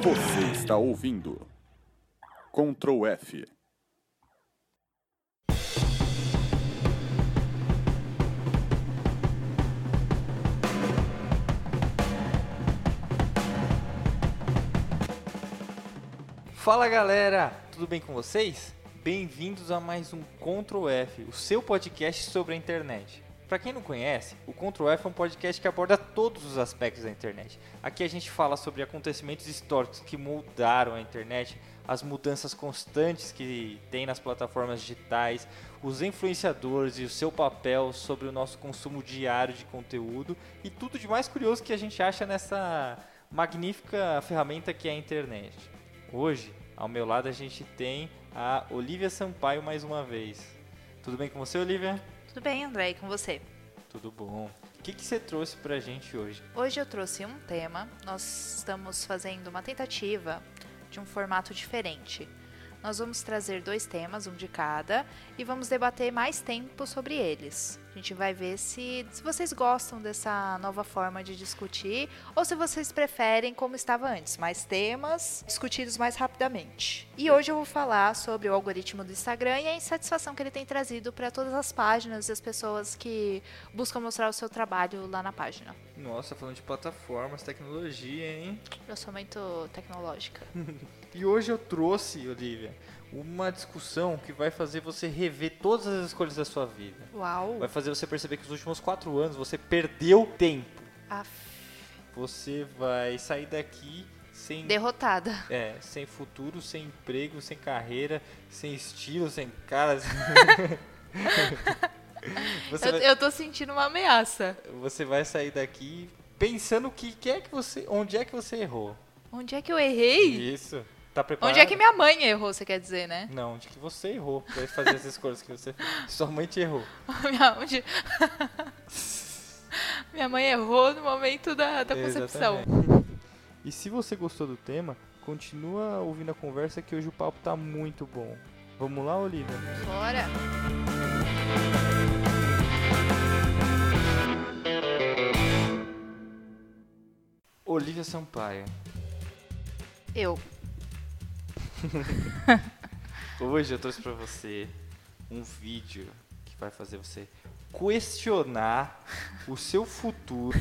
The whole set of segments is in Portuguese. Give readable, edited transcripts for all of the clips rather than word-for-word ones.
Você está ouvindo Ctrl F. Fala galera, tudo bem com vocês? Bem-vindos a mais um Ctrl F, o seu podcast sobre a internet. Para quem não conhece, o Ctrl F é um podcast que aborda todos os aspectos da internet. Aqui a gente fala sobre acontecimentos históricos que mudaram a internet, as mudanças constantes que tem nas plataformas digitais, os influenciadores e o seu papel sobre o nosso consumo diário de conteúdo e tudo de mais curioso que a gente acha nessa magnífica ferramenta que é a internet. Hoje, ao meu lado, a gente tem a Olivia Sampaio mais uma vez. Tudo bem com você, Olivia? Tudo bem, André, e com você? Tudo bom. O que você trouxe pra gente hoje? Hoje eu trouxe um tema. Nós estamos fazendo uma tentativa de um formato diferente. Nós vamos trazer 2 temas, um de cada, e vamos debater mais tempo sobre eles. A gente vai ver se vocês gostam dessa nova forma de discutir ou se vocês preferem como estava antes, mais temas discutidos mais rapidamente. E hoje eu vou falar sobre o algoritmo do Instagram e a insatisfação que ele tem trazido para todas as páginas e as pessoas que buscam mostrar o seu trabalho lá na página. Nossa, falando de plataformas, tecnologia, hein? Eu sou muito tecnológica. E hoje eu trouxe, Olivia, uma discussão que vai fazer você rever todas as escolhas da sua vida. Uau! Vai fazer você perceber que nos últimos 4 anos você perdeu tempo. Aff. Você vai sair daqui sem... Derrotada. sem futuro, sem emprego, sem carreira, sem estilo, sem cara. Eu tô sentindo uma ameaça. Você vai sair daqui pensando onde é que você errou. Onde é que eu errei? Isso. Tá preparado? Onde é que minha mãe errou, você quer dizer, né? Não, onde que você errou pra fazer as escolhas que você fez. Sua mãe te errou. Minha mãe errou no momento da concepção. E se você gostou do tema, continua ouvindo a conversa que hoje o papo tá muito bom. Vamos lá, Olivia? Bora! Olivia Sampaio. Eu. Hoje eu trouxe pra você um vídeo que vai fazer você questionar o seu futuro.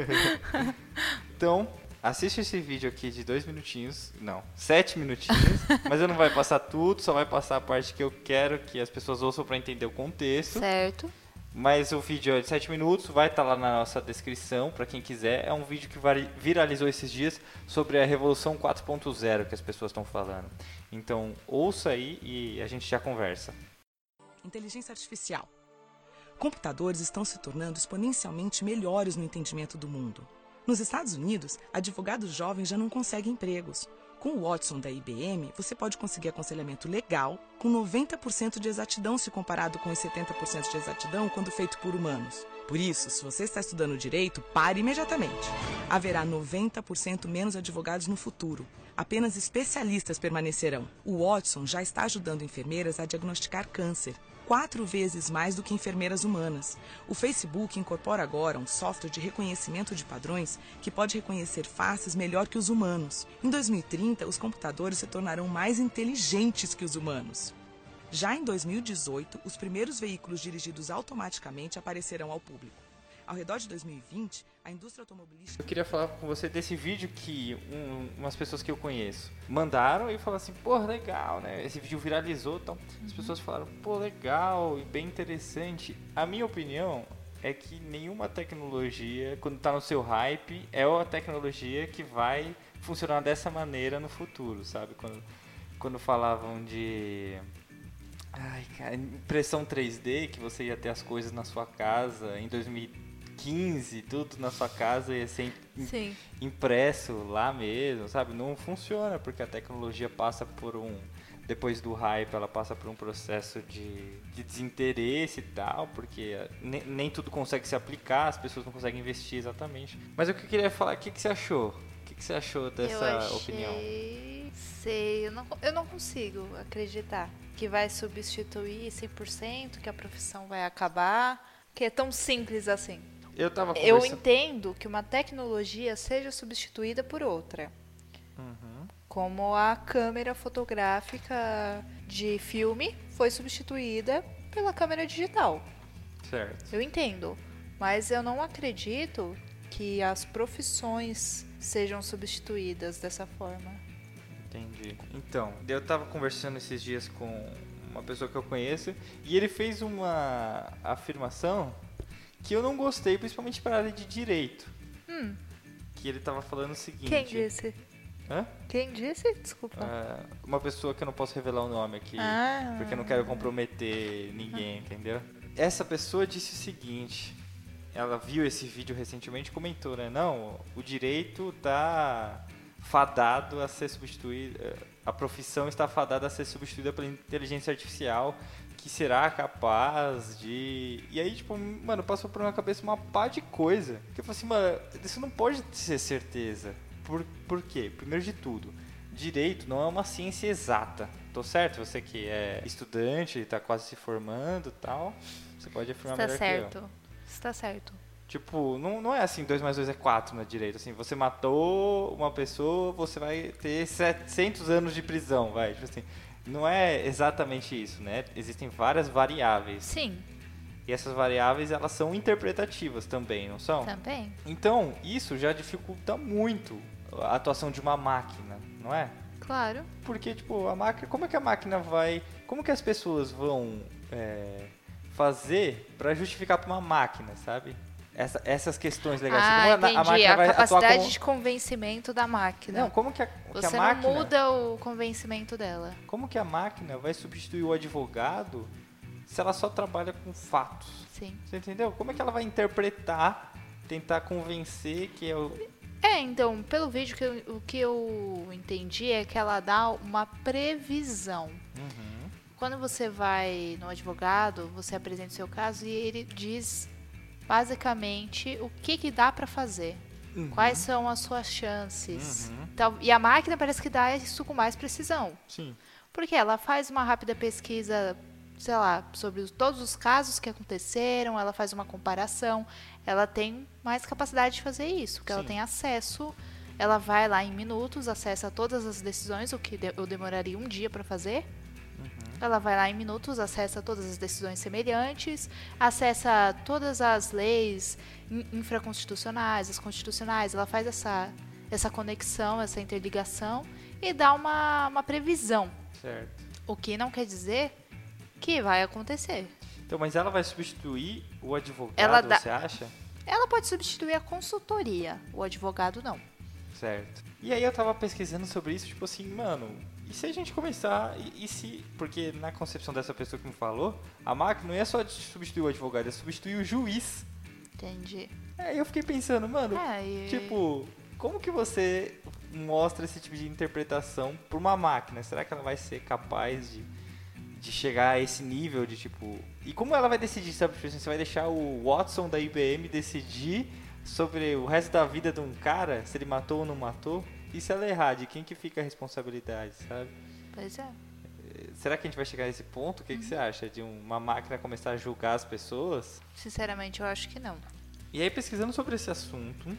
Então, assiste esse vídeo aqui de 2 minutinhos, não, 7 minutinhos, mas eu não vai passar tudo, só vai passar a parte que eu quero que as pessoas ouçam pra entender o contexto. Certo. Mas o vídeo é de 7 minutos, vai estar lá na nossa descrição, para quem quiser. É um vídeo que viralizou esses dias sobre a Revolução 4.0 que as pessoas estão falando. Então, ouça aí e a gente já conversa. Inteligência artificial. Computadores estão se tornando exponencialmente melhores no entendimento do mundo. Nos Estados Unidos, advogados jovens já não conseguem empregos. Com o Watson da IBM, você pode conseguir aconselhamento legal com 90% de exatidão se comparado com os 70% de exatidão quando feito por humanos. Por isso, se você está estudando direito, pare imediatamente. Haverá 90% menos advogados no futuro. Apenas especialistas permanecerão. O Watson já está ajudando enfermeiras a diagnosticar câncer, 4 vezes mais do que enfermeiras humanas. O Facebook incorpora agora um software de reconhecimento de padrões que pode reconhecer faces melhor que os humanos. Em 2030, os computadores se tornarão mais inteligentes que os humanos. Já em 2018, os primeiros veículos dirigidos automaticamente aparecerão ao público. Ao redor de 2020, a indústria automobilística... Eu queria falar com você desse vídeo que umas pessoas que eu conheço mandaram e falaram assim, pô, legal, né? Esse vídeo viralizou, então as pessoas falaram, pô, legal e bem interessante. A minha opinião é que nenhuma tecnologia, quando tá no seu hype, é a tecnologia que vai funcionar dessa maneira no futuro, sabe? Quando falavam de... Ai, cara, impressão 3D, que você ia ter as coisas na sua casa em 2015, tudo na sua casa ia ser impresso lá mesmo, sabe? Não funciona, porque a tecnologia passa por depois do hype, ela passa por um processo de desinteresse e tal, porque nem tudo consegue se aplicar, as pessoas não conseguem investir exatamente. Mas o que eu queria falar, o que você achou? O que você achou dessa opinião? Eu não consigo acreditar que vai substituir 100%, que a profissão vai acabar, que é tão simples assim. Eu entendo que uma tecnologia seja substituída por outra. Como a câmera fotográfica de filme foi substituída pela câmera digital. Certo. Eu entendo, mas eu não acredito que as profissões sejam substituídas dessa forma. Entendi. Então, eu tava conversando esses dias com uma pessoa que eu conheço e ele fez uma afirmação que eu não gostei, principalmente para a área de direito. Que ele tava falando o seguinte... Quem disse? Hã? Quem disse? Desculpa. Uma pessoa que eu não posso revelar o nome aqui, porque eu não quero comprometer ninguém, entendeu? Essa pessoa disse o seguinte, ela viu esse vídeo recentemente e comentou, né? Não, o direito tá fadado a ser substituído, a profissão está fadada a ser substituída pela inteligência artificial, que será capaz de... E aí, tipo, mano, passou por minha cabeça uma pá de coisa. Que eu falei assim, mano, isso não pode ser certeza. Por quê? Primeiro de tudo, direito não é uma ciência exata. Tô certo? Você que é estudante, está quase se formando e tal, você pode afirmar melhor que eu. Está certo. Tipo, não é assim, 2 mais 2 é 4 no direito. Assim, você matou uma pessoa, você vai ter 700 anos de prisão, vai. Tipo assim, não é exatamente isso, né? Existem várias variáveis. Sim. E essas variáveis, elas são interpretativas também, não são? Também. Então, isso já dificulta muito a atuação de uma máquina, não é? Claro. Porque, tipo, a máquina... Como é que a máquina vai... Como que as pessoas vão fazer para justificar para uma máquina, sabe? Essas questões legais. Como entendi. a máquina vai capacidade atuar de convencimento da máquina. Não, como que a Você máquina... não muda o convencimento dela. Como que a máquina vai substituir o advogado se ela só trabalha com fatos? Sim. Você entendeu? Como é que ela vai interpretar, tentar convencer que é o... Então, pelo vídeo, o que eu entendi é que ela dá uma previsão. Quando você vai no advogado, você apresenta o seu caso e ele diz basicamente o que dá para fazer. Quais são as suas chances. E a máquina parece que dá isso com mais precisão. Sim. Porque ela faz uma rápida pesquisa, sei lá, sobre todos os casos que aconteceram, ela faz uma comparação, ela tem mais capacidade de fazer isso, porque ela tem acesso, ela vai lá em minutos, acessa todas as decisões, o que eu demoraria um dia para fazer. Ela vai lá em minutos, acessa todas as decisões semelhantes, acessa todas as leis infraconstitucionais, as constitucionais, ela faz essa conexão, essa interligação e dá uma previsão. Certo. O que não quer dizer que vai acontecer. Então, mas ela vai substituir o advogado, você acha? Ela pode substituir a consultoria, o advogado não. Certo. E aí eu tava pesquisando sobre isso, tipo assim, mano, e se a gente começar, e se... Porque na concepção dessa pessoa que me falou, a máquina não é só de substituir o advogado, é substituir o juiz. Entendi. Aí eu fiquei pensando, mano, tipo, como que você mostra esse tipo de interpretação pra uma máquina? Será que ela vai ser capaz de chegar a esse nível de, tipo... E como ela vai decidir, sabe? Você vai deixar o Watson da IBM decidir sobre o resto da vida de um cara, se ele matou ou não matou? E se ela errar, de quem que fica a responsabilidade, sabe? Pois é. Será que a gente vai chegar a esse ponto? O que você acha? De uma máquina começar a julgar as pessoas? Sinceramente, eu acho que não. E aí, pesquisando sobre esse assunto,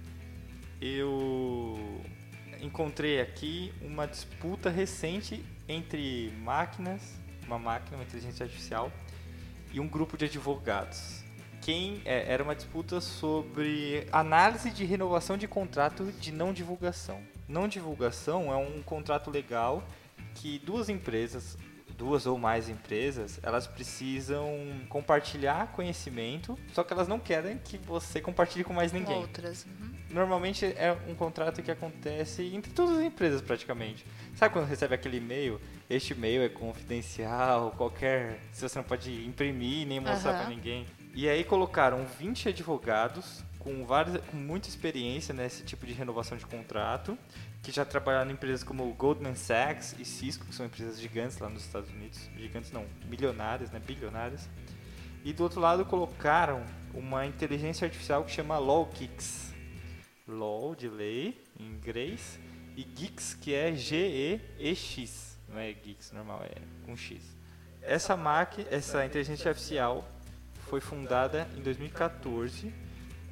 eu encontrei aqui uma disputa recente entre uma inteligência artificial, e um grupo de advogados. Era uma disputa sobre análise de renovação de contrato de não divulgação. Não divulgação é um contrato legal que duas ou mais empresas, elas precisam compartilhar conhecimento, só que elas não querem que você compartilhe com mais ninguém. Outras. Normalmente é um contrato que acontece entre todas as empresas praticamente. Sabe quando recebe aquele e-mail? Este e-mail é confidencial, se você não pode imprimir nem mostrar pra ninguém. E aí colocaram 20 advogados com muita experiência nesse tipo de renovação de contrato, que já trabalharam em empresas como Goldman Sachs e Cisco, que são empresas gigantes lá nos Estados Unidos. Gigantes não, milionárias, né? Bilionárias. E do outro lado colocaram uma inteligência artificial que chama LawGeeks. Law, de lei, em inglês, e Geeks, que é G-E-E-X. Não é Geeks normal, é com X. Essa inteligência artificial foi fundada em 2014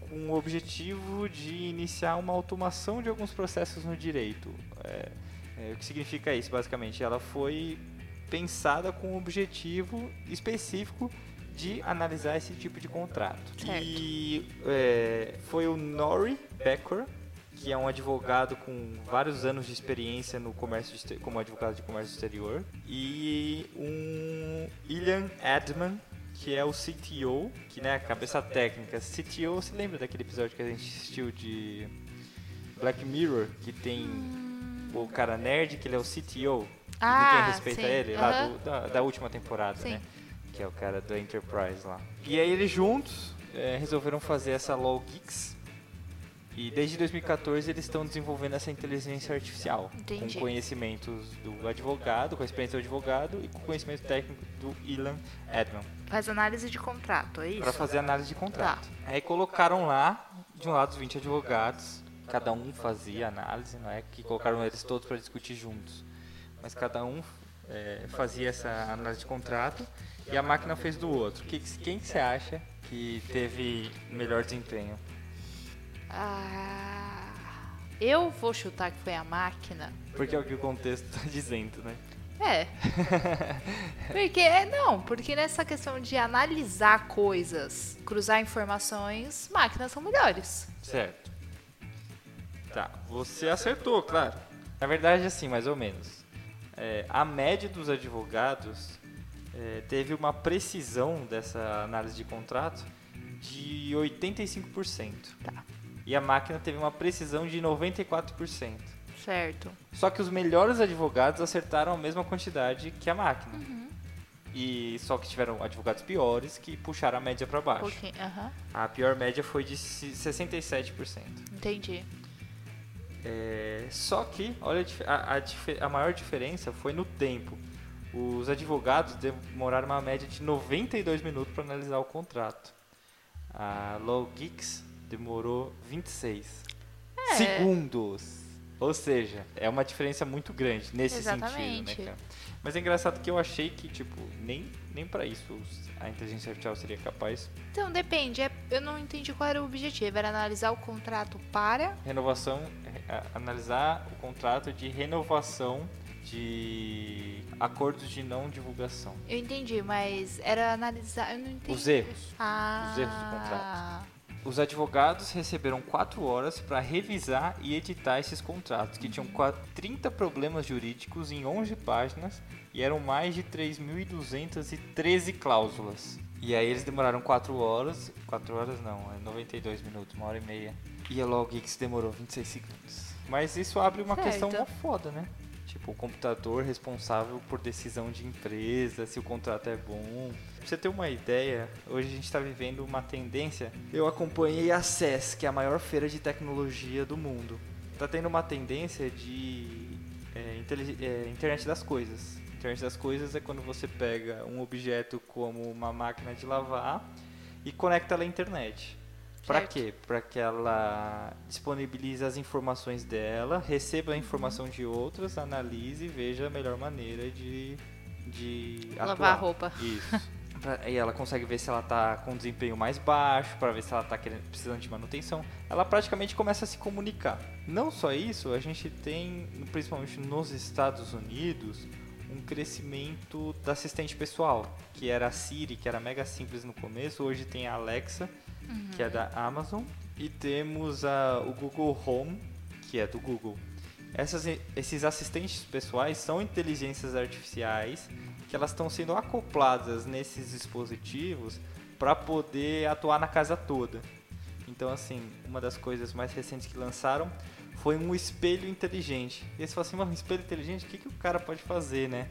com o objetivo de iniciar uma automação de alguns processos no direito. O que significa isso, basicamente? Ela foi pensada com um objetivo específico de analisar esse tipo de contrato. Certo. E foi o Nori Becker, que é um advogado com vários anos de experiência no comércio como advogado de comércio exterior, e um Ilan Edman, que é o CTO, que né, a cabeça técnica. CTO, você lembra daquele episódio que a gente assistiu de Black Mirror, que tem o cara nerd, que ele é o CTO, e ninguém respeita sim. ele, lá da última temporada, Sim. né? Que é o cara do Enterprise lá. E aí eles juntos resolveram fazer essa LawGeeks. E desde 2014 eles estão desenvolvendo essa inteligência artificial. Entendi. Com conhecimentos do advogado, com a experiência do advogado e com conhecimento técnico do Ilan Edman. Faz análise de contrato, é isso? Para fazer análise de contrato. Tá. Aí colocaram lá, de um lado, os 20 advogados. Cada um fazia análise, não é que colocaram eles todos para discutir juntos. Mas cada um fazia essa análise de contrato e a máquina fez do outro. Quem que você acha que teve melhor desempenho? Eu vou chutar que foi a máquina. Porque é o que o contexto está dizendo, né? Porque nessa questão de analisar coisas, cruzar informações, máquinas são melhores. Certo. Tá, você acertou, claro. Na verdade, assim, mais ou menos. A média dos advogados teve uma precisão dessa análise de contrato de 85%. Tá. E a máquina teve uma precisão de 94%. Certo. Só que os melhores advogados acertaram a mesma quantidade que a máquina. E só que tiveram advogados piores que puxaram a média para baixo. A pior média foi de 67%. Entendi. Só que, olha, a maior diferença foi no tempo. Os advogados demoraram uma média de 92 minutos para analisar o contrato. A LawGeeks demorou 26 segundos. Ou seja, é uma diferença muito grande nesse sentido, né, cara? Mas é engraçado que eu achei que, tipo, nem pra isso a inteligência artificial seria capaz. Então, depende. Eu não entendi qual era o objetivo. Era analisar o contrato para... Analisar o contrato de renovação de acordos de não divulgação. Eu entendi, mas era analisar... Eu não entendi. Os erros. Os erros do contrato. Os advogados receberam 4 horas para revisar e editar esses contratos, que tinham 30 problemas jurídicos em 11 páginas e eram mais de 3.213 cláusulas. E aí eles demoraram 4 horas, 92 minutos, 1h30. E a LawGeeks demorou 26 segundos. Mas isso abre uma questão mó foda, né? Tipo, o computador responsável por decisão de empresa, se o contrato é bom. Pra você ter uma ideia, hoje a gente está vivendo uma tendência. Eu acompanhei a CES, que é a maior feira de tecnologia do mundo. Tá tendo uma tendência de internet das coisas. Internet das coisas é quando você pega um objeto como uma máquina de lavar e conecta ela à internet. Para quê? Para que ela disponibilize as informações dela, receba a informação de outras, analise e veja a melhor maneira de lavar atuar. a roupa. Isso. E ela consegue ver se ela está com desempenho mais baixo, para ver se ela está precisando de manutenção. Ela praticamente começa a se comunicar. Não só isso, a gente tem, principalmente nos Estados Unidos, um crescimento da assistente pessoal, que era a Siri, que era mega simples no começo. Hoje tem a Alexa, que é da Amazon, e temos o Google Home, que é do Google. Esses assistentes pessoais são inteligências artificiais que elas estão sendo acopladas nesses dispositivos para poder atuar na casa toda. Então, assim, uma das coisas mais recentes que lançaram foi um espelho inteligente. E aí você fala assim, um espelho inteligente, o que o cara pode fazer, né?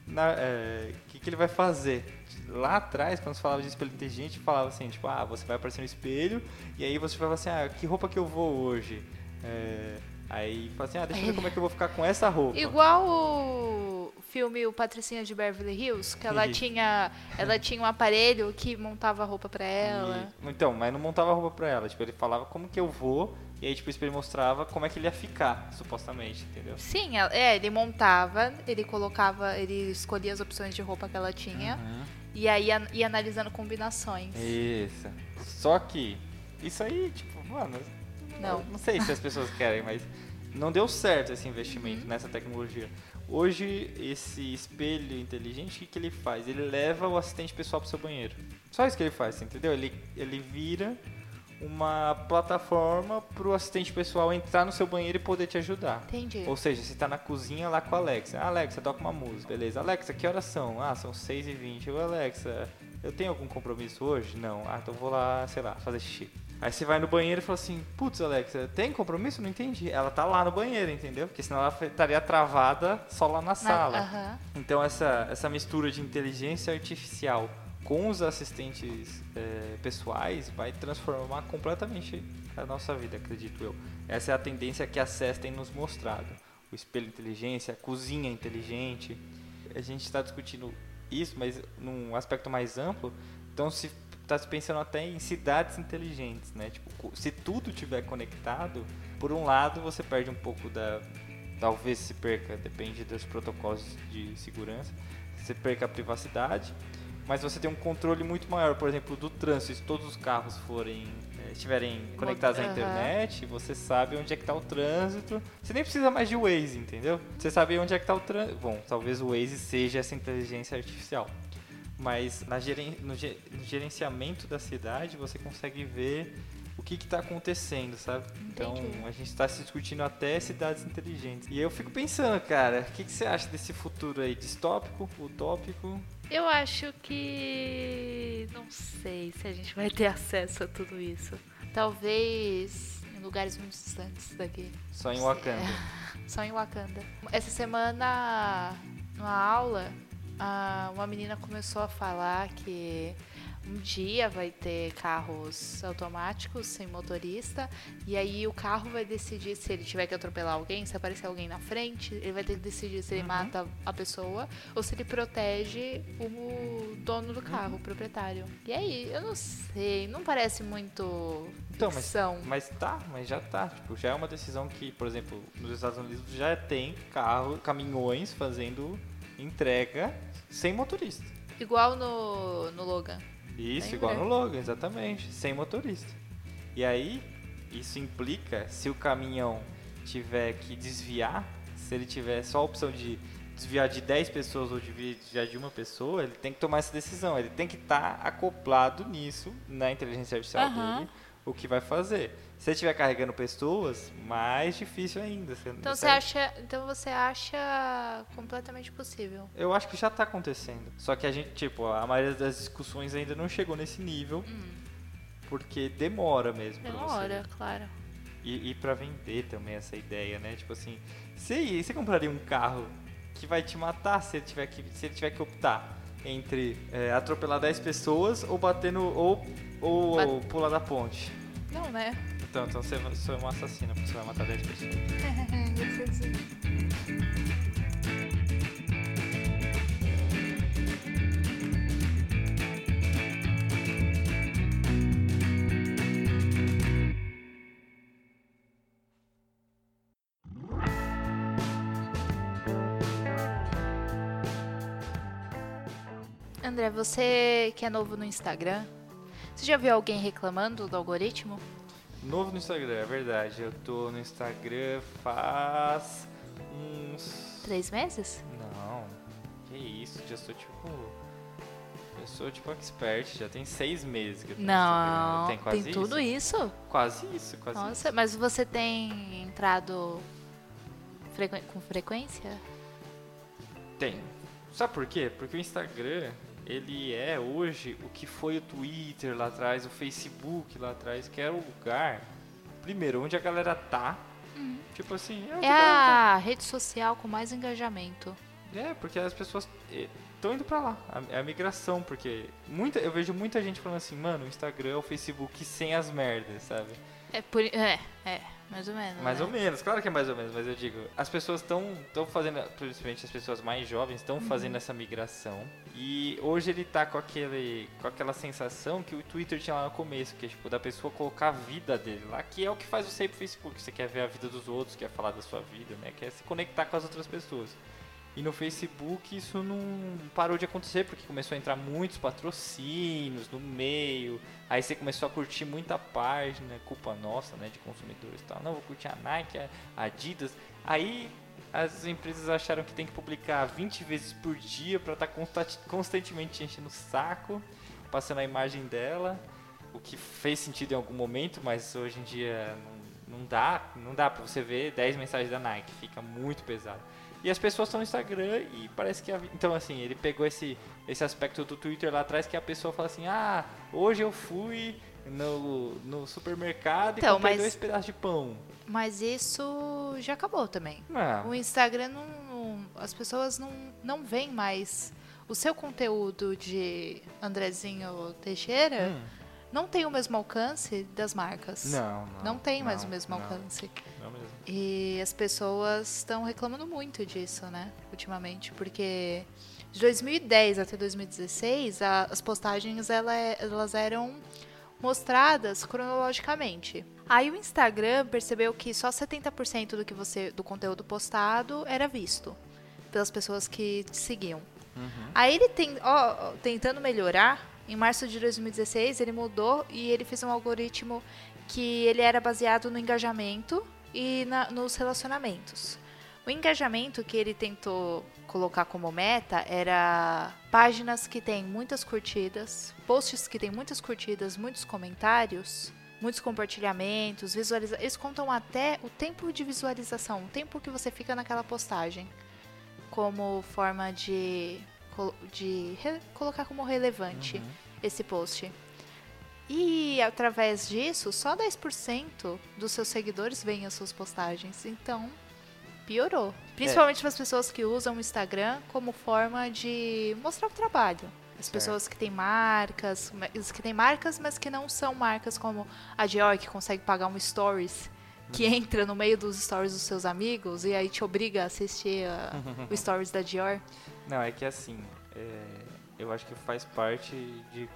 O que ele vai fazer? Lá atrás, quando se falava de espelho inteligente, falava assim, tipo, você vai aparecer no espelho e aí você vai falar assim, que roupa que eu vou hoje? Aí fala assim, deixa eu ver como é que eu vou ficar com essa roupa. Igual o filme O Patricinha de Beverly Hills, que ela tinha um aparelho que montava a roupa pra ela. Então, mas não montava a roupa pra ela, tipo, ele falava como que eu vou, e aí tipo, o espelho mostrava como é que ele ia ficar, supostamente, entendeu? Sim, ele montava, ele escolhia as opções de roupa que ela tinha, e aí ia analisando combinações. Isso. Só que Isso aí, tipo, mano, Não. eu não sei se as pessoas querem, mas não deu certo esse investimento nessa tecnologia. Hoje, esse espelho inteligente, o que ele faz? Ele leva o assistente pessoal pro seu banheiro. Só isso que ele faz, entendeu? Ele vira uma plataforma pro assistente pessoal entrar no seu banheiro e poder te ajudar. Entendi. Ou seja, você tá na cozinha lá com a Alexa. Ah, Alexa, toca uma música. Beleza. Alexa, que horas são? Ah, são 6h20. Eu, Alexa, eu tenho algum compromisso hoje? Não. Ah, então vou lá, sei lá, fazer xixi. Aí você vai no banheiro e fala assim, putz, Alexa, tem compromisso? Não entendi. Ela tá lá no banheiro, entendeu? Porque senão ela estaria travada só lá na sala. Aham. Então essa mistura de inteligência artificial com os assistentes pessoais vai transformar completamente a nossa vida, acredito eu. Essa é a tendência que a CES tem nos mostrado. O espelho inteligência, a cozinha inteligente. A gente está discutindo isso, mas num aspecto mais amplo. Então se está se pensando até em cidades inteligentes, né? Tipo, se tudo estiver conectado, por um lado você perde um pouco talvez se perca, depende dos protocolos de segurança, você perca a privacidade, mas você tem um controle muito maior, por exemplo, do trânsito. Se todos os carros estiverem conectados à internet, você sabe onde é que está o trânsito. Você nem precisa mais de Waze, entendeu? Você sabe onde é que está o trânsito. Bom, talvez o Waze seja essa inteligência artificial. Mas no gerenciamento da cidade você consegue ver o que está acontecendo, sabe? Entendi. Então a gente está se discutindo até cidades inteligentes. E eu fico pensando, cara, o que você acha desse futuro aí? Distópico? Utópico? Eu acho que... não sei se a gente vai ter acesso a tudo isso. Talvez em lugares muito distantes daqui. Só em Wakanda. Só em Wakanda. Essa semana, numa aula, uma menina começou a falar que um dia vai ter carros automáticos sem motorista, e aí o carro vai decidir se ele tiver que atropelar alguém, se aparecer alguém na frente, ele vai ter que decidir se ele mata a pessoa ou se ele protege o dono do carro, o proprietário. E aí, eu não sei, não parece muito Então, ficção. mas já tá. Tipo, já é uma decisão que, por exemplo, nos Estados Unidos já tem caminhões fazendo entrega sem motorista. Igual no Logan. Isso, Lembra? igual no Logan, exatamente, sem motorista. E aí, isso implica, se o caminhão tiver que desviar, se ele tiver só a opção de desviar de 10 pessoas ou de desviar de uma pessoa, ele tem que tomar essa decisão. Ele tem que estar acoplado nisso, na inteligência artificial dele, o que vai fazer. Se ele estiver carregando pessoas, mais difícil ainda. Então você acha completamente possível? Eu acho que já está acontecendo. Só que a gente, tipo, a maioria das discussões ainda não chegou nesse nível, porque demora mesmo. Demora, claro. E para vender também essa ideia, né? Tipo assim, você compraria um carro que vai te matar se ele tiver que optar entre atropelar 10 pessoas ou bater no ou pular da ponte? Não, né? Então você é uma assassina, porque você vai matar 10 pessoas. André, você que é novo no Instagram, você já viu alguém reclamando do algoritmo? Novo no Instagram, é verdade. Eu tô no Instagram faz uns... 3 meses? Não, que isso, já sou tipo... Eu sou tipo expert, já tem 6 meses que eu tô no Instagram. Não, Tem quase tem tudo isso? Quase isso, quase Nossa, isso. mas você tem entrado com frequência? Tem. Sabe por quê? Porque o Instagram, ele é hoje o que foi o Twitter lá atrás, o Facebook lá atrás, que era o lugar, primeiro, onde a galera tá. Tipo assim... É a rede social com mais engajamento. Porque as pessoas estão indo pra lá. É a migração, porque eu vejo muita gente falando assim, mano, o Instagram é o Facebook sem as merdas, sabe? Mais ou menos. Mais ou menos, claro que é mais ou menos, mas eu digo, as pessoas estão fazendo, principalmente as pessoas mais jovens, estão fazendo essa migração. E hoje ele tá com aquela sensação que o Twitter tinha lá no começo, que é tipo, da pessoa colocar a vida dele lá, que é o que faz você ir pro Facebook. Você quer ver a vida dos outros, quer falar da sua vida, né? Quer se conectar com as outras pessoas. E no Facebook isso não parou de acontecer, porque começou a entrar muitos patrocínios no meio. Aí você começou a curtir muita página, culpa nossa, né, de consumidores e tal. Não, vou curtir a Nike, a Adidas. Aí as empresas acharam que tem que publicar 20 vezes por dia para estar constantemente enchendo o saco, passando a imagem dela. O que fez sentido em algum momento, mas hoje em dia não dá pra você ver 10 mensagens da Nike, fica muito pesado. E as pessoas estão no Instagram e parece que... Então, assim, ele pegou esse aspecto do Twitter lá atrás, que a pessoa fala assim, hoje eu fui no supermercado e comprei 2 pedaços de pão. Mas isso já acabou também. Não. O Instagram, as pessoas não veem mais o seu conteúdo de Andrezinho Teixeira... Não tem o mesmo alcance das marcas. Não tem mais o mesmo alcance. Não mesmo. E as pessoas estão reclamando muito disso, né? Ultimamente. Porque de 2010 até 2016, as postagens elas eram mostradas cronologicamente. Aí o Instagram percebeu que só 70% do conteúdo postado era visto pelas pessoas que te seguiam. Aí ele tentando melhorar... Em março de 2016, ele mudou e ele fez um algoritmo que ele era baseado no engajamento e nos relacionamentos. O engajamento que ele tentou colocar como meta era páginas que têm muitas curtidas, posts que têm muitas curtidas, muitos comentários, muitos compartilhamentos, eles contam até o tempo de visualização, o tempo que você fica naquela postagem, como forma de colocar como relevante esse post. E através disso, só 10% dos seus seguidores veem as suas postagens. Então, piorou. Principalmente para as pessoas que usam o Instagram como forma de mostrar o trabalho. As pessoas que têm marcas, mas que não são marcas como a Dior, que consegue pagar um stories, que entra no meio dos stories dos seus amigos e aí te obriga a assistir o stories da Dior. Não, é que assim, eu acho que faz parte de...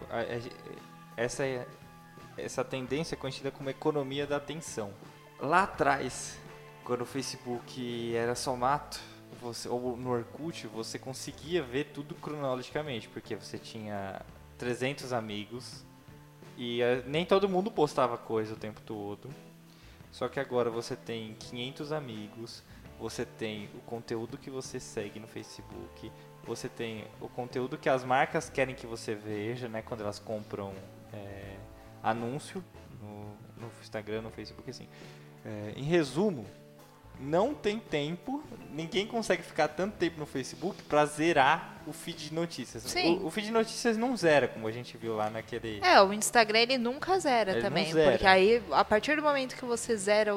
Essa tendência é conhecida como economia da atenção. Lá atrás, quando o Facebook era só mato, ou no Orkut, você conseguia ver tudo cronologicamente, porque você tinha 300 amigos e nem todo mundo postava coisa o tempo todo. Só que agora você tem 500 amigos, você tem o conteúdo que você segue no Facebook, você tem o conteúdo que as marcas querem que você veja, né, quando elas compram anúncio no Instagram, no Facebook, assim. Em resumo, não tem tempo, ninguém consegue ficar tanto tempo no Facebook pra zerar o feed de notícias. Sim. O feed de notícias não zera, como a gente viu lá naquele... O Instagram ele nunca zera ele também, não zera. Porque aí, a partir do momento que você zera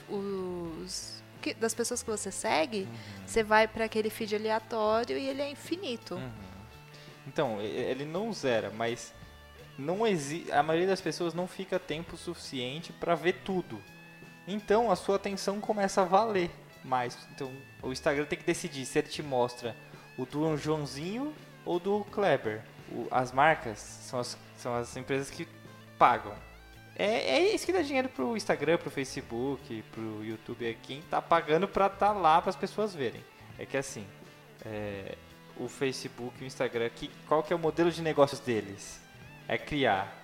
das pessoas que você segue, você vai para aquele feed aleatório e ele é infinito. Então, ele não zera, mas a maioria das pessoas não fica tempo suficiente para ver tudo. Então, a sua atenção começa a valer mais. Então, o Instagram tem que decidir se ele te mostra o do Joãozinho ou do Kleber. As marcas são as empresas que pagam. É isso que dá dinheiro pro Instagram, pro Facebook, pro YouTube. É quem tá pagando pra estar lá para as pessoas verem. É que assim, o Facebook e o Instagram, qual que é o modelo de negócios deles? É criar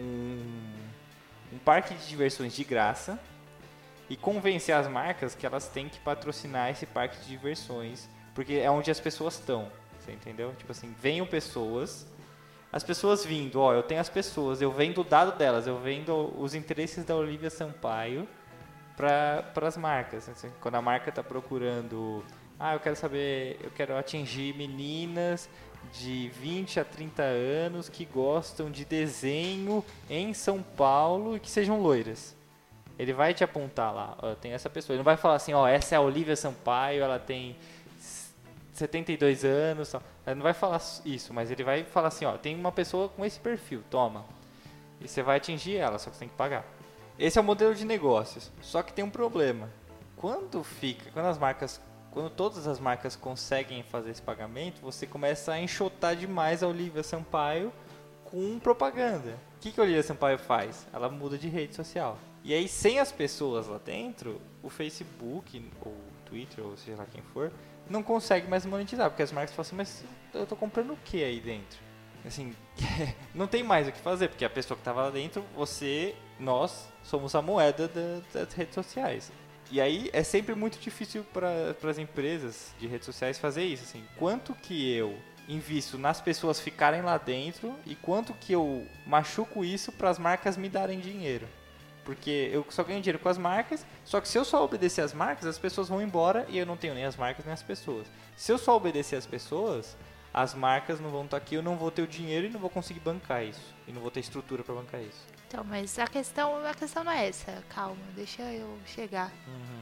um parque de diversões de graça e convencer as marcas que elas têm que patrocinar esse parque de diversões, porque é onde as pessoas estão, você entendeu? Tipo assim, venham pessoas, as pessoas vindo, eu tenho as pessoas, eu vendo o dado delas, eu vendo os interesses da Olivia Sampaio para as marcas. Assim, quando a marca está procurando, eu quero atingir meninas de 20 a 30 anos que gostam de desenho em São Paulo e que sejam loiras. Ele vai te apontar lá, tem essa pessoa. Ele não vai falar assim, essa é a Olivia Sampaio, ela tem 72 anos. Ele não vai falar isso, mas ele vai falar assim, tem uma pessoa com esse perfil, toma. E você vai atingir ela, só que você tem que pagar. Esse é o modelo de negócios. Só que tem um problema. Quando todas as marcas conseguem fazer esse pagamento, você começa a enxotar demais a Olivia Sampaio com propaganda. O que a Olivia Sampaio faz? Ela muda de rede social. E aí, sem as pessoas lá dentro, o Facebook ou o Twitter ou seja lá quem for, não consegue mais monetizar, porque as marcas falam assim, mas eu tô comprando o que aí dentro? Assim, não tem mais o que fazer, porque a pessoa que tava lá dentro, nós somos a moeda das redes sociais. E aí é sempre muito difícil para as empresas de redes sociais fazer isso, assim, quanto que eu invisto nas pessoas ficarem lá dentro e quanto que eu machuco isso para as marcas me darem dinheiro. Porque eu só ganho dinheiro com as marcas, só que se eu só obedecer as marcas, as pessoas vão embora e eu não tenho nem as marcas nem as pessoas. Se eu só obedecer as pessoas, as marcas não vão estar aqui, eu não vou ter o dinheiro e não vou conseguir bancar isso. E não vou ter estrutura para bancar isso. Então, mas a questão não é essa. Calma, deixa eu chegar.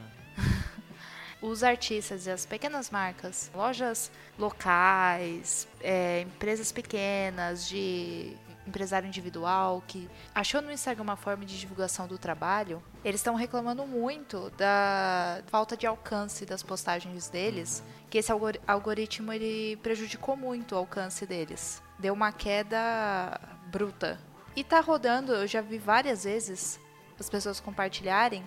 Os artistas e as pequenas marcas, lojas locais, empresas pequenas, de empresário individual que achou no Instagram uma forma de divulgação do trabalho, eles estão reclamando muito da falta de alcance das postagens deles, que esse algoritmo ele prejudicou muito o alcance deles. Deu uma queda bruta. E tá rodando, eu já vi várias vezes as pessoas compartilharem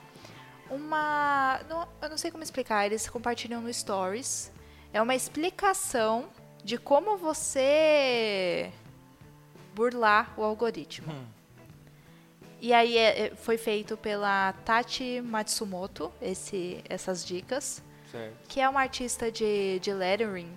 eu não sei como explicar, eles compartilham no Stories. É uma explicação de como você burlar o algoritmo. E aí foi feito pela Tati Matsumoto, essas dicas. Certo. Que é uma artista de lettering.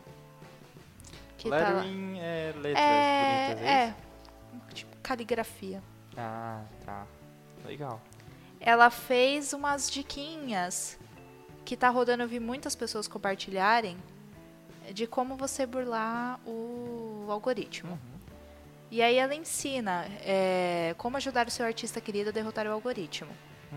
Lettering é letras bonitas, é isso? Tipo caligrafia. Ah, tá. Legal. Ela fez umas diquinhas que tá rodando, eu vi muitas pessoas compartilharem de como você burlar o algoritmo. E aí ela ensina como ajudar o seu artista querido a derrotar o algoritmo.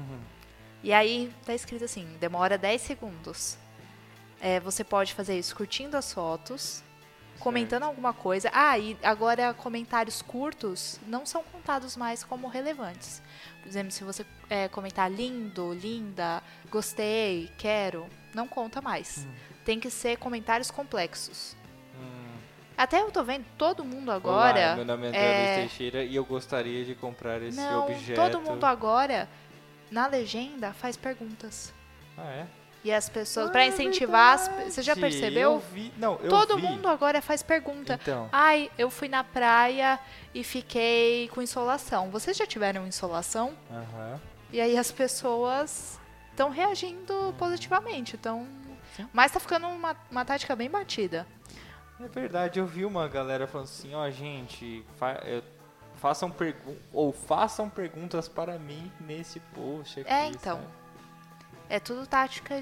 E aí tá escrito assim, demora 10 segundos. Você pode fazer isso curtindo as fotos, comentando alguma coisa. E agora comentários curtos não são contados mais como relevantes. Por exemplo, se você comentar lindo, linda, gostei, quero, não conta mais. Tem que ser comentários complexos. Até eu tô vendo todo mundo agora... Olá, meu nome é André Luiz Teixeira e eu gostaria de comprar esse objeto. Todo mundo agora, na legenda, faz perguntas. Ah, é? E as pessoas, pra incentivar, você já percebeu? Eu vi. Todo mundo agora faz pergunta. Então. Eu fui na praia e fiquei com insolação. Vocês já tiveram insolação? E aí as pessoas estão reagindo positivamente. Mas tá ficando uma tática bem batida. É verdade, eu vi uma galera falando assim, gente, façam perguntas para mim nesse post aqui. Então. Sabe? É tudo tática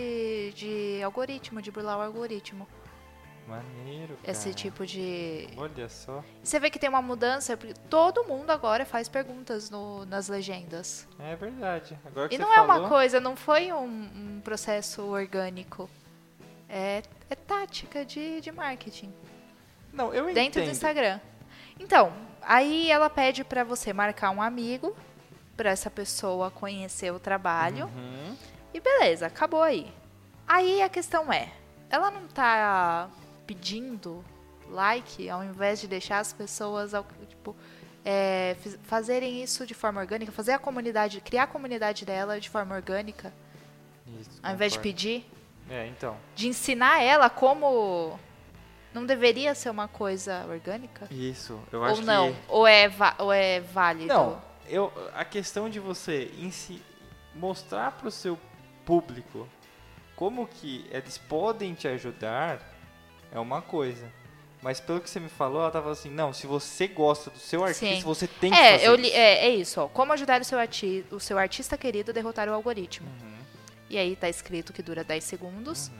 de algoritmo, de burlar o algoritmo. Maneiro, cara. Esse tipo de... Olha só. Você vê que tem uma mudança, porque todo mundo agora faz perguntas nas legendas. É verdade. Agora que e você não falou... é uma coisa, não foi um processo orgânico. É tática de marketing. Não, eu entendo. Dentro do Instagram. Então, aí ela pede pra você marcar um amigo, pra essa pessoa conhecer o trabalho. E beleza, acabou aí. Aí a questão ela não tá pedindo like ao invés de deixar as pessoas fazerem isso de forma orgânica, fazer a comunidade, criar a comunidade dela de forma orgânica, Isso, ao invés de pedir. Então. De ensinar ela como não deveria ser uma coisa orgânica? Isso, eu acho ou não, que... ou é válido? Não, a questão de você mostrar pro seu público como que eles podem te ajudar é uma coisa. Mas pelo que você me falou, ela tava assim, não, se você gosta do seu artista, Sim. você tem que fazer isso. É isso, ó. Como ajudar o seu artista querido a derrotar o algoritmo. E aí tá escrito que dura 10 segundos.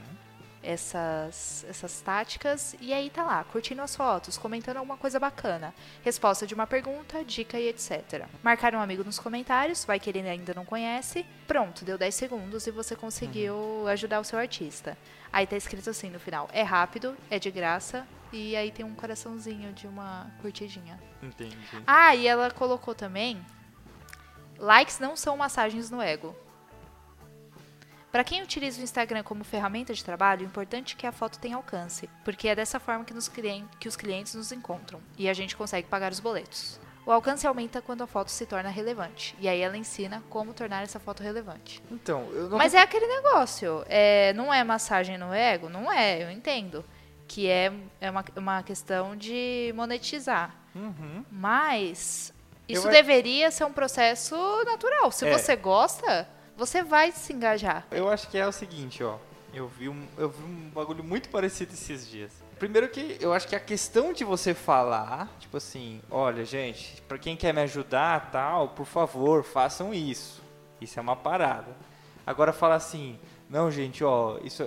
Essas táticas. E aí tá lá, curtindo as fotos, comentando alguma coisa bacana. Resposta de uma pergunta, dica e etc. Marcar um amigo nos comentários, vai que ele ainda não conhece. Pronto, deu 10 segundos e você conseguiu ajudar o seu artista. Aí tá escrito assim no final, é rápido, é de graça. E aí tem um coraçãozinho de uma curtidinha. Entendi. E ela colocou também, likes não são massagens no ego. Para quem utiliza o Instagram como ferramenta de trabalho, o importante é que a foto tenha alcance, porque é dessa forma que os clientes nos encontram e a gente consegue pagar os boletos. O alcance aumenta quando a foto se torna relevante. E aí ela ensina como tornar essa foto relevante. Então, eu não... Mas é aquele negócio. Não é massagem no ego? Não é, eu entendo. Que é uma questão de monetizar. Uhum. Mas isso Eu- deveria ser um processo natural. Se É. você gosta, você vai se engajar. Eu acho que é o seguinte, ó. Eu vi um bagulho muito parecido esses dias. Primeiro que eu acho que a questão de você falar, tipo assim, olha, gente, pra quem quer me ajudar, tal, por favor, façam isso. Isso é uma parada. Agora fala assim, não, gente, ó, isso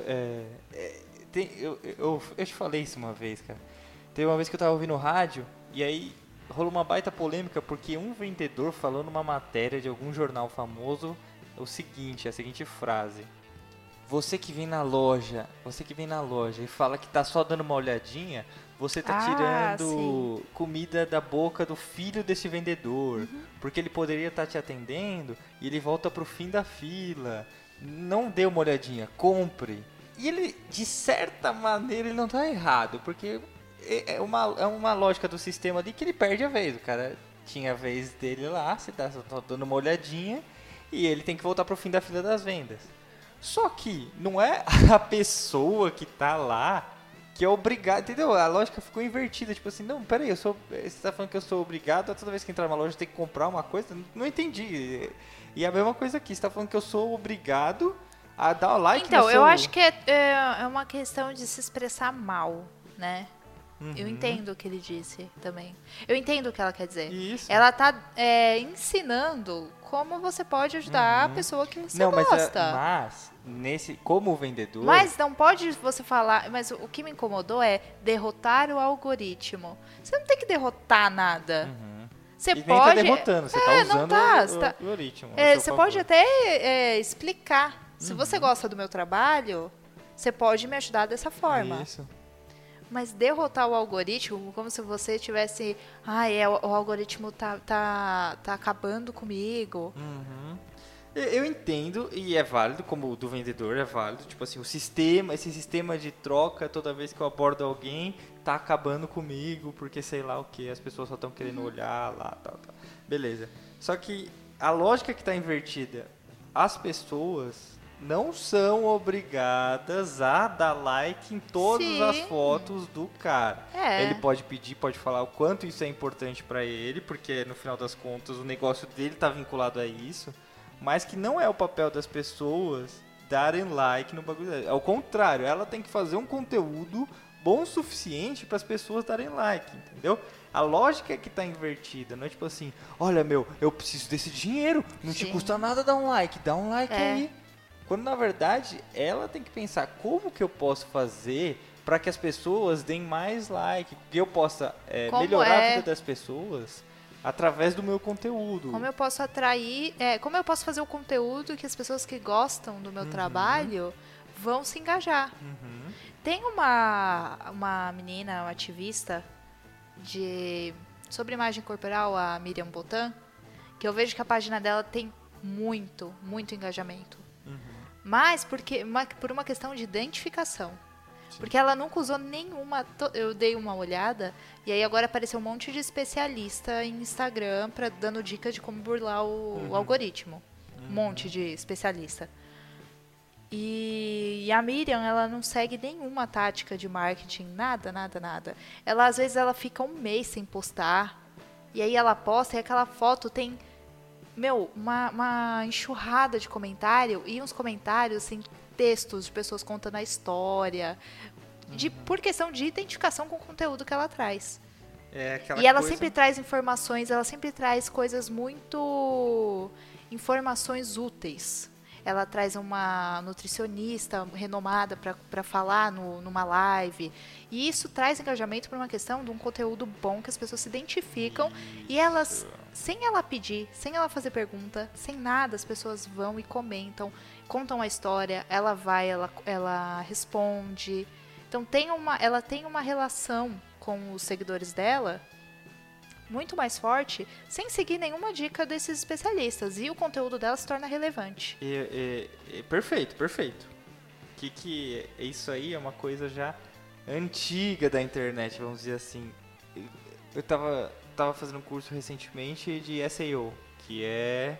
eu te falei isso uma vez, cara. Teve uma vez que eu tava ouvindo rádio e aí rolou uma baita polêmica porque um vendedor falou numa matéria de algum jornal famoso a seguinte frase: você que vem na loja e fala que tá só dando uma olhadinha, você tá tirando comida da boca do filho desse vendedor, porque ele poderia estar te atendendo e ele volta pro fim da fila. Não dê uma olhadinha, compre. E ele, de certa maneira, ele não tá errado, porque é uma lógica do sistema ali que ele perde a vez. O cara tinha a vez dele lá, você tá só dando uma olhadinha e ele tem que voltar pro fim da fila das vendas. Só que não é a pessoa que tá lá que é obrigada, entendeu? A lógica ficou invertida, tipo assim, não, peraí, você tá falando que eu sou obrigado a toda vez que entrar numa loja ter que comprar uma coisa? Não entendi. E a mesma coisa aqui, você tá falando que eu sou obrigado a dar o like Então, no eu seu... acho que é uma questão de se expressar mal, né? Eu Uhum. entendo o que ele disse também. Eu entendo o que ela quer dizer. Isso. Ela tá ensinando como você pode ajudar a pessoa que você Não, gosta. mas como vendedor... Mas não pode você falar... Mas o que me incomodou é derrotar o algoritmo. Você não tem que derrotar nada. Você E nem pode... tá derrotando, você tá não usando tá, o você tá- algoritmo. a seu Você favor. pode até explicar. Se você gosta do meu trabalho, você pode me ajudar dessa forma. Isso. Mas derrotar o algoritmo, como se você tivesse... o algoritmo tá acabando comigo. Eu entendo e é válido, como o do vendedor é válido. Tipo assim, esse sistema de troca, toda vez que eu abordo alguém, tá acabando comigo, porque sei lá o que, as pessoas só estão querendo olhar lá, tal. Beleza. Só que a lógica que tá invertida, as pessoas não são obrigadas a dar like em todas Sim. as fotos do cara. É. Ele pode pedir, pode falar o quanto isso é importante pra ele, porque no final das contas o negócio dele tá vinculado a isso, mas que não é o papel das pessoas darem like no bagulho dela. Ao contrário, ela tem que fazer um conteúdo bom o suficiente para as pessoas darem like, entendeu? A lógica é que tá invertida, não é tipo assim, olha eu preciso desse dinheiro, não te Sim. custa nada dar um like, dá um like É. aí. Quando na verdade ela tem que pensar como que eu posso fazer para que as pessoas deem mais like, que eu possa Como melhorar a é? vida das pessoas através do meu conteúdo. Como eu posso atrair... como eu posso fazer o conteúdo que as pessoas que gostam do meu trabalho vão se engajar. Tem uma menina, uma ativista sobre imagem corporal, a Miriam Botan, que eu vejo que a página dela tem muito, muito engajamento. Mas por uma questão de identificação. Porque ela nunca usou nenhuma... Eu dei uma olhada e aí agora apareceu um monte de especialista em Instagram dando dicas de como burlar o algoritmo. Um monte de especialista. E a Miriam, ela não segue nenhuma tática de marketing, nada. Às vezes, ela fica um mês sem postar. E aí ela posta e aquela foto tem... uma enxurrada de comentário e uns comentários, assim, textos de pessoas contando a história, por questão de identificação com o conteúdo que ela traz. É aquela E ela coisa... sempre traz informações, ela sempre traz coisas muito... informações úteis. Ela traz uma nutricionista renomada para falar numa live. E isso traz engajamento por uma questão de um conteúdo bom que as pessoas se identificam. E elas, sem ela pedir, sem ela fazer pergunta, sem nada, as pessoas vão e comentam, contam a história, ela vai, ela responde. Então ela tem uma relação com os seguidores dela muito mais forte, sem seguir nenhuma dica desses especialistas. E o conteúdo dela se torna relevante. Perfeito. Que isso aí é uma coisa já antiga da internet, vamos dizer assim. Eu tava estava fazendo um curso recentemente de SEO, que é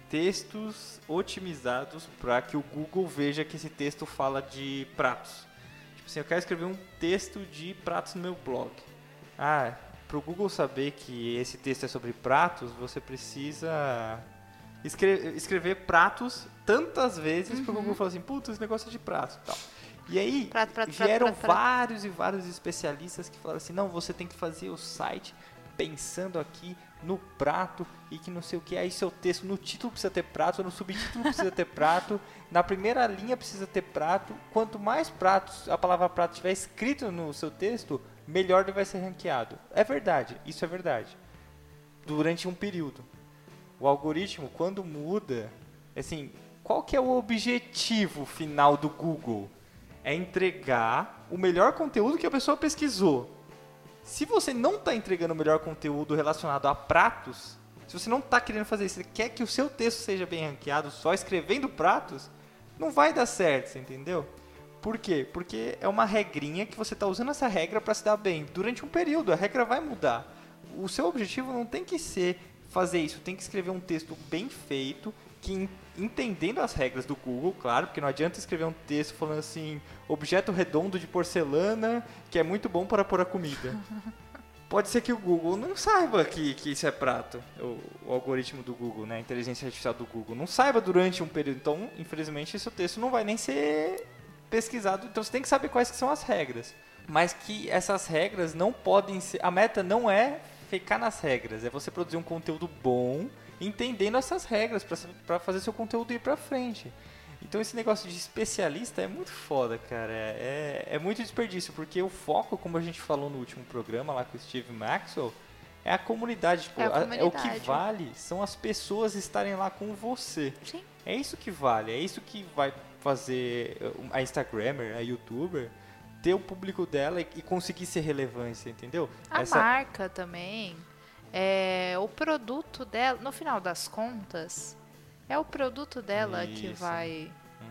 textos otimizados para que o Google veja que esse texto fala de pratos. Tipo assim, eu quero escrever um texto de pratos no meu blog. Para o Google saber que esse texto é sobre pratos, você precisa escrever pratos tantas vezes para o Google falar assim, puta, esse negócio é de prato e tal. E aí vieram vários e vários especialistas que falaram assim, não, você tem que fazer o site pensando aqui no prato e que não sei o que, aí seu texto no título precisa ter prato, no subtítulo precisa ter prato, na primeira linha precisa ter prato, quanto mais pratos a palavra prato tiver escrito no seu texto, melhor ele vai ser ranqueado. É verdade, isso é verdade. Durante um período. O algoritmo, quando muda, assim, qual que é o objetivo final do Google? É entregar o melhor conteúdo que a pessoa pesquisou. Se você não está entregando o melhor conteúdo relacionado a pratos, se você não está querendo fazer isso, você quer que o seu texto seja bem ranqueado só escrevendo pratos, não vai dar certo, você entendeu? Por quê? Porque é uma regrinha que você está usando essa regra para se dar bem. Durante um período, a regra vai mudar. O seu objetivo não tem que ser fazer isso, tem que escrever um texto bem feito, que entendendo as regras do Google, claro, porque não adianta escrever um texto falando assim, objeto redondo de porcelana, que é muito bom para pôr a comida. Pode ser que o Google não saiba que isso é prato, o algoritmo do Google, né, a inteligência artificial do Google, não saiba durante um período, então, infelizmente, esse texto não vai nem ser pesquisado, então você tem que saber quais que são as regras, mas que essas regras não podem ser, a meta não é ficar nas regras, é você produzir um conteúdo bom, entendendo essas regras para fazer seu conteúdo ir para frente. Então esse negócio de especialista é muito foda, cara. É muito desperdício, porque o foco, como a gente falou no último programa lá com o Steve Maxwell, é a comunidade. Tipo, é o que vale são as pessoas estarem lá com você. Sim. É isso que vale, é isso que vai fazer a Instagrammer, a YouTuber, ter o público dela e conseguir ser relevância, entendeu? A marca também. O produto dela, no final das contas, é o produto dela que vai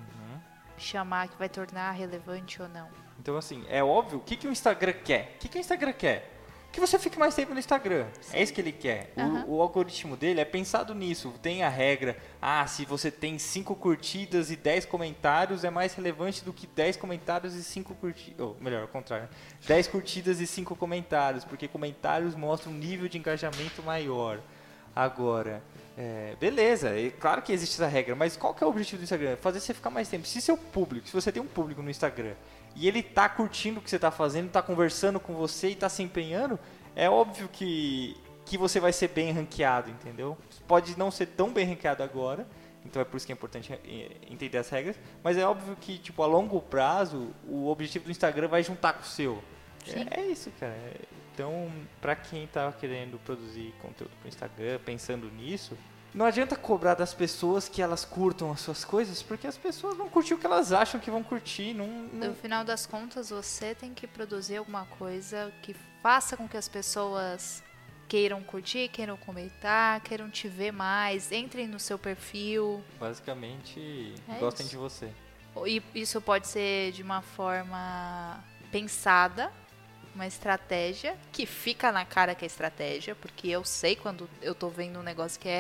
chamar, que vai tornar relevante ou não. Então, assim, é óbvio, o que o Instagram quer? O que o Instagram quer? Que você fique mais tempo no Instagram. Sim. É isso que ele quer. O algoritmo dele é pensado nisso. Tem a regra, se você tem 5 curtidas e 10 comentários, é mais relevante do que 10 comentários e 5 curtidas. Ou melhor, ao contrário. 10 curtidas e 5 comentários, porque comentários mostram um nível de engajamento maior. Agora, beleza, é claro que existe essa regra, mas qual que é o objetivo do Instagram? Fazer você ficar mais tempo. Se seu público, se você tem um público no Instagram e ele tá curtindo o que você tá fazendo, tá conversando com você e tá se empenhando, é óbvio que você vai ser bem ranqueado, entendeu? Pode não ser tão bem ranqueado agora, então é por isso que é importante entender as regras, mas é óbvio que, tipo, a longo prazo, o objetivo do Instagram vai juntar com o seu. É isso, cara. Então, pra quem tá querendo produzir conteúdo pro Instagram, pensando nisso, não adianta cobrar das pessoas que elas curtam as suas coisas, porque as pessoas vão curtir o que elas acham que vão curtir. No final das contas, você tem que produzir alguma coisa que faça com que as pessoas queiram curtir, queiram comentar, queiram te ver mais, entrem no seu perfil. Basicamente, gostem de você. E isso pode ser de uma forma pensada, uma estratégia que fica na cara que é estratégia, porque eu sei quando eu tô vendo um negócio que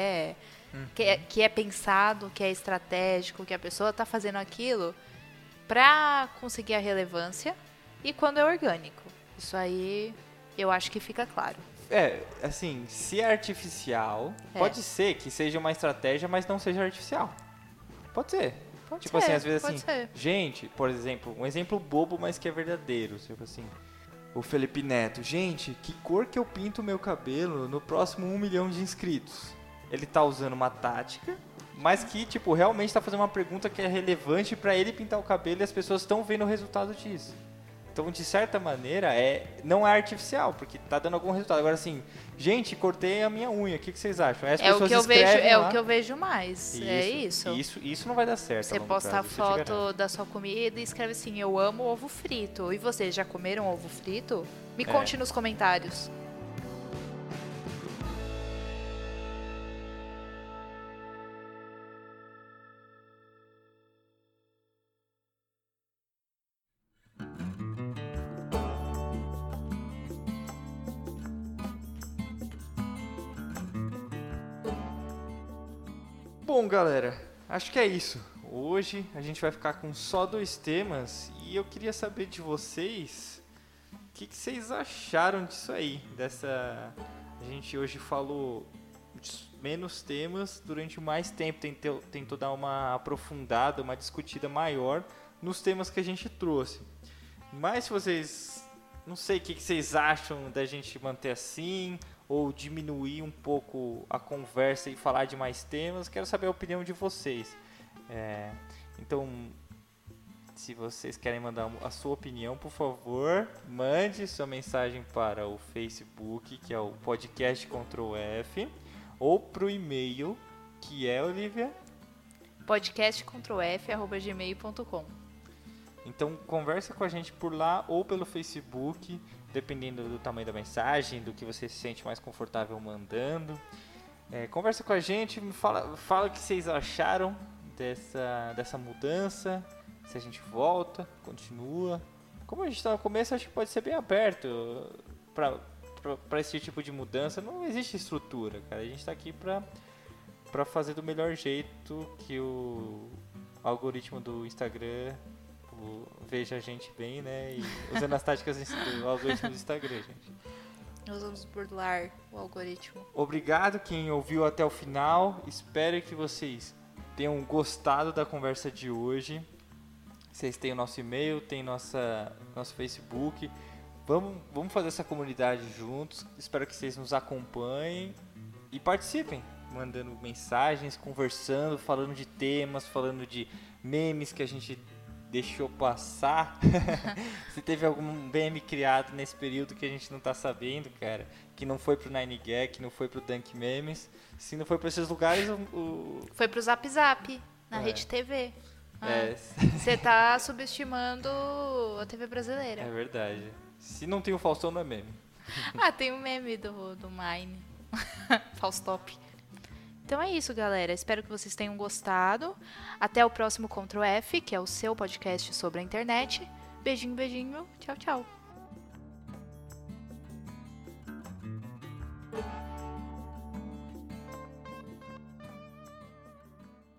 é pensado, que é estratégico, que a pessoa tá fazendo aquilo pra conseguir a relevância, e quando é orgânico. Isso aí eu acho que fica claro. Assim, se é artificial, pode ser que seja uma estratégia, mas não seja artificial. Pode ser. Tipo assim, às vezes assim, gente, por exemplo, um exemplo bobo, mas que é verdadeiro, tipo assim, o Felipe Neto, gente, que cor que eu pinto o meu cabelo no próximo 1 milhão de inscritos? Ele tá usando uma tática, mas que, tipo, realmente tá fazendo uma pergunta que é relevante pra ele pintar o cabelo e as pessoas estão vendo o resultado disso. Então, de certa maneira, não é artificial, porque tá dando algum resultado. Agora, assim, gente, cortei a minha unha, o que vocês acham? Aí as pessoas escrevem lá. O que eu vejo mais, isso. Isso não vai dar certo. Você posta a foto da sua comida e escreve assim, eu amo ovo frito. E vocês já comeram ovo frito? Me conte nos comentários. Bom, galera, acho que é isso. Hoje a gente vai ficar com só 2 temas e eu queria saber de vocês o que vocês acharam disso aí. A gente hoje falou de menos temas durante mais tempo, tentou dar uma aprofundada, uma discutida maior nos temas que a gente trouxe. Mas se vocês, não sei o que vocês acham da gente manter assim, ou diminuir um pouco a conversa e falar de mais temas, quero saber a opinião de vocês. Então, se vocês querem mandar a sua opinião, por favor, mande sua mensagem para o Facebook, que é o podcast Ctrl F, ou para o e-mail, que é, Olivia? podcastcontrolf@gmail.com. Então, conversa com a gente por lá ou pelo Facebook, dependendo do tamanho da mensagem, do que você se sente mais confortável mandando. Conversa com a gente, fala o que vocês acharam dessa mudança, se a gente volta, continua. Como a gente está no começo, acho que pode ser bem aberto para esse tipo de mudança. Não existe estrutura, cara. A gente está aqui para fazer do melhor jeito que o algoritmo do Instagram veja a gente bem, né? E usando as táticas do algoritmo do Instagram, gente. Nós vamos burlar o algoritmo. Obrigado quem ouviu até o final. Espero que vocês tenham gostado da conversa de hoje. Vocês têm o nosso e-mail, tem nosso Facebook. Vamos fazer essa comunidade juntos. Espero que vocês nos acompanhem e participem, mandando mensagens, conversando, falando de temas, falando de memes que a gente deixou passar. Se teve algum meme criado nesse período que a gente não tá sabendo, cara, que não foi pro 9gag, que não foi pro Dunk Memes, se não foi pra esses lugares, Foi pro Zap Zap, na Rede TV. Você tá subestimando a TV brasileira. É verdade. Se não tem o Faustão, não é meme. Tem um meme do Mine. Faustop. Então é isso, galera. Espero que vocês tenham gostado. Até o próximo Ctrl F, que é o seu podcast sobre a internet. Beijinho, beijinho. Tchau, tchau.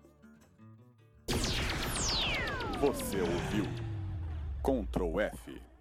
Você ouviu Ctrl F.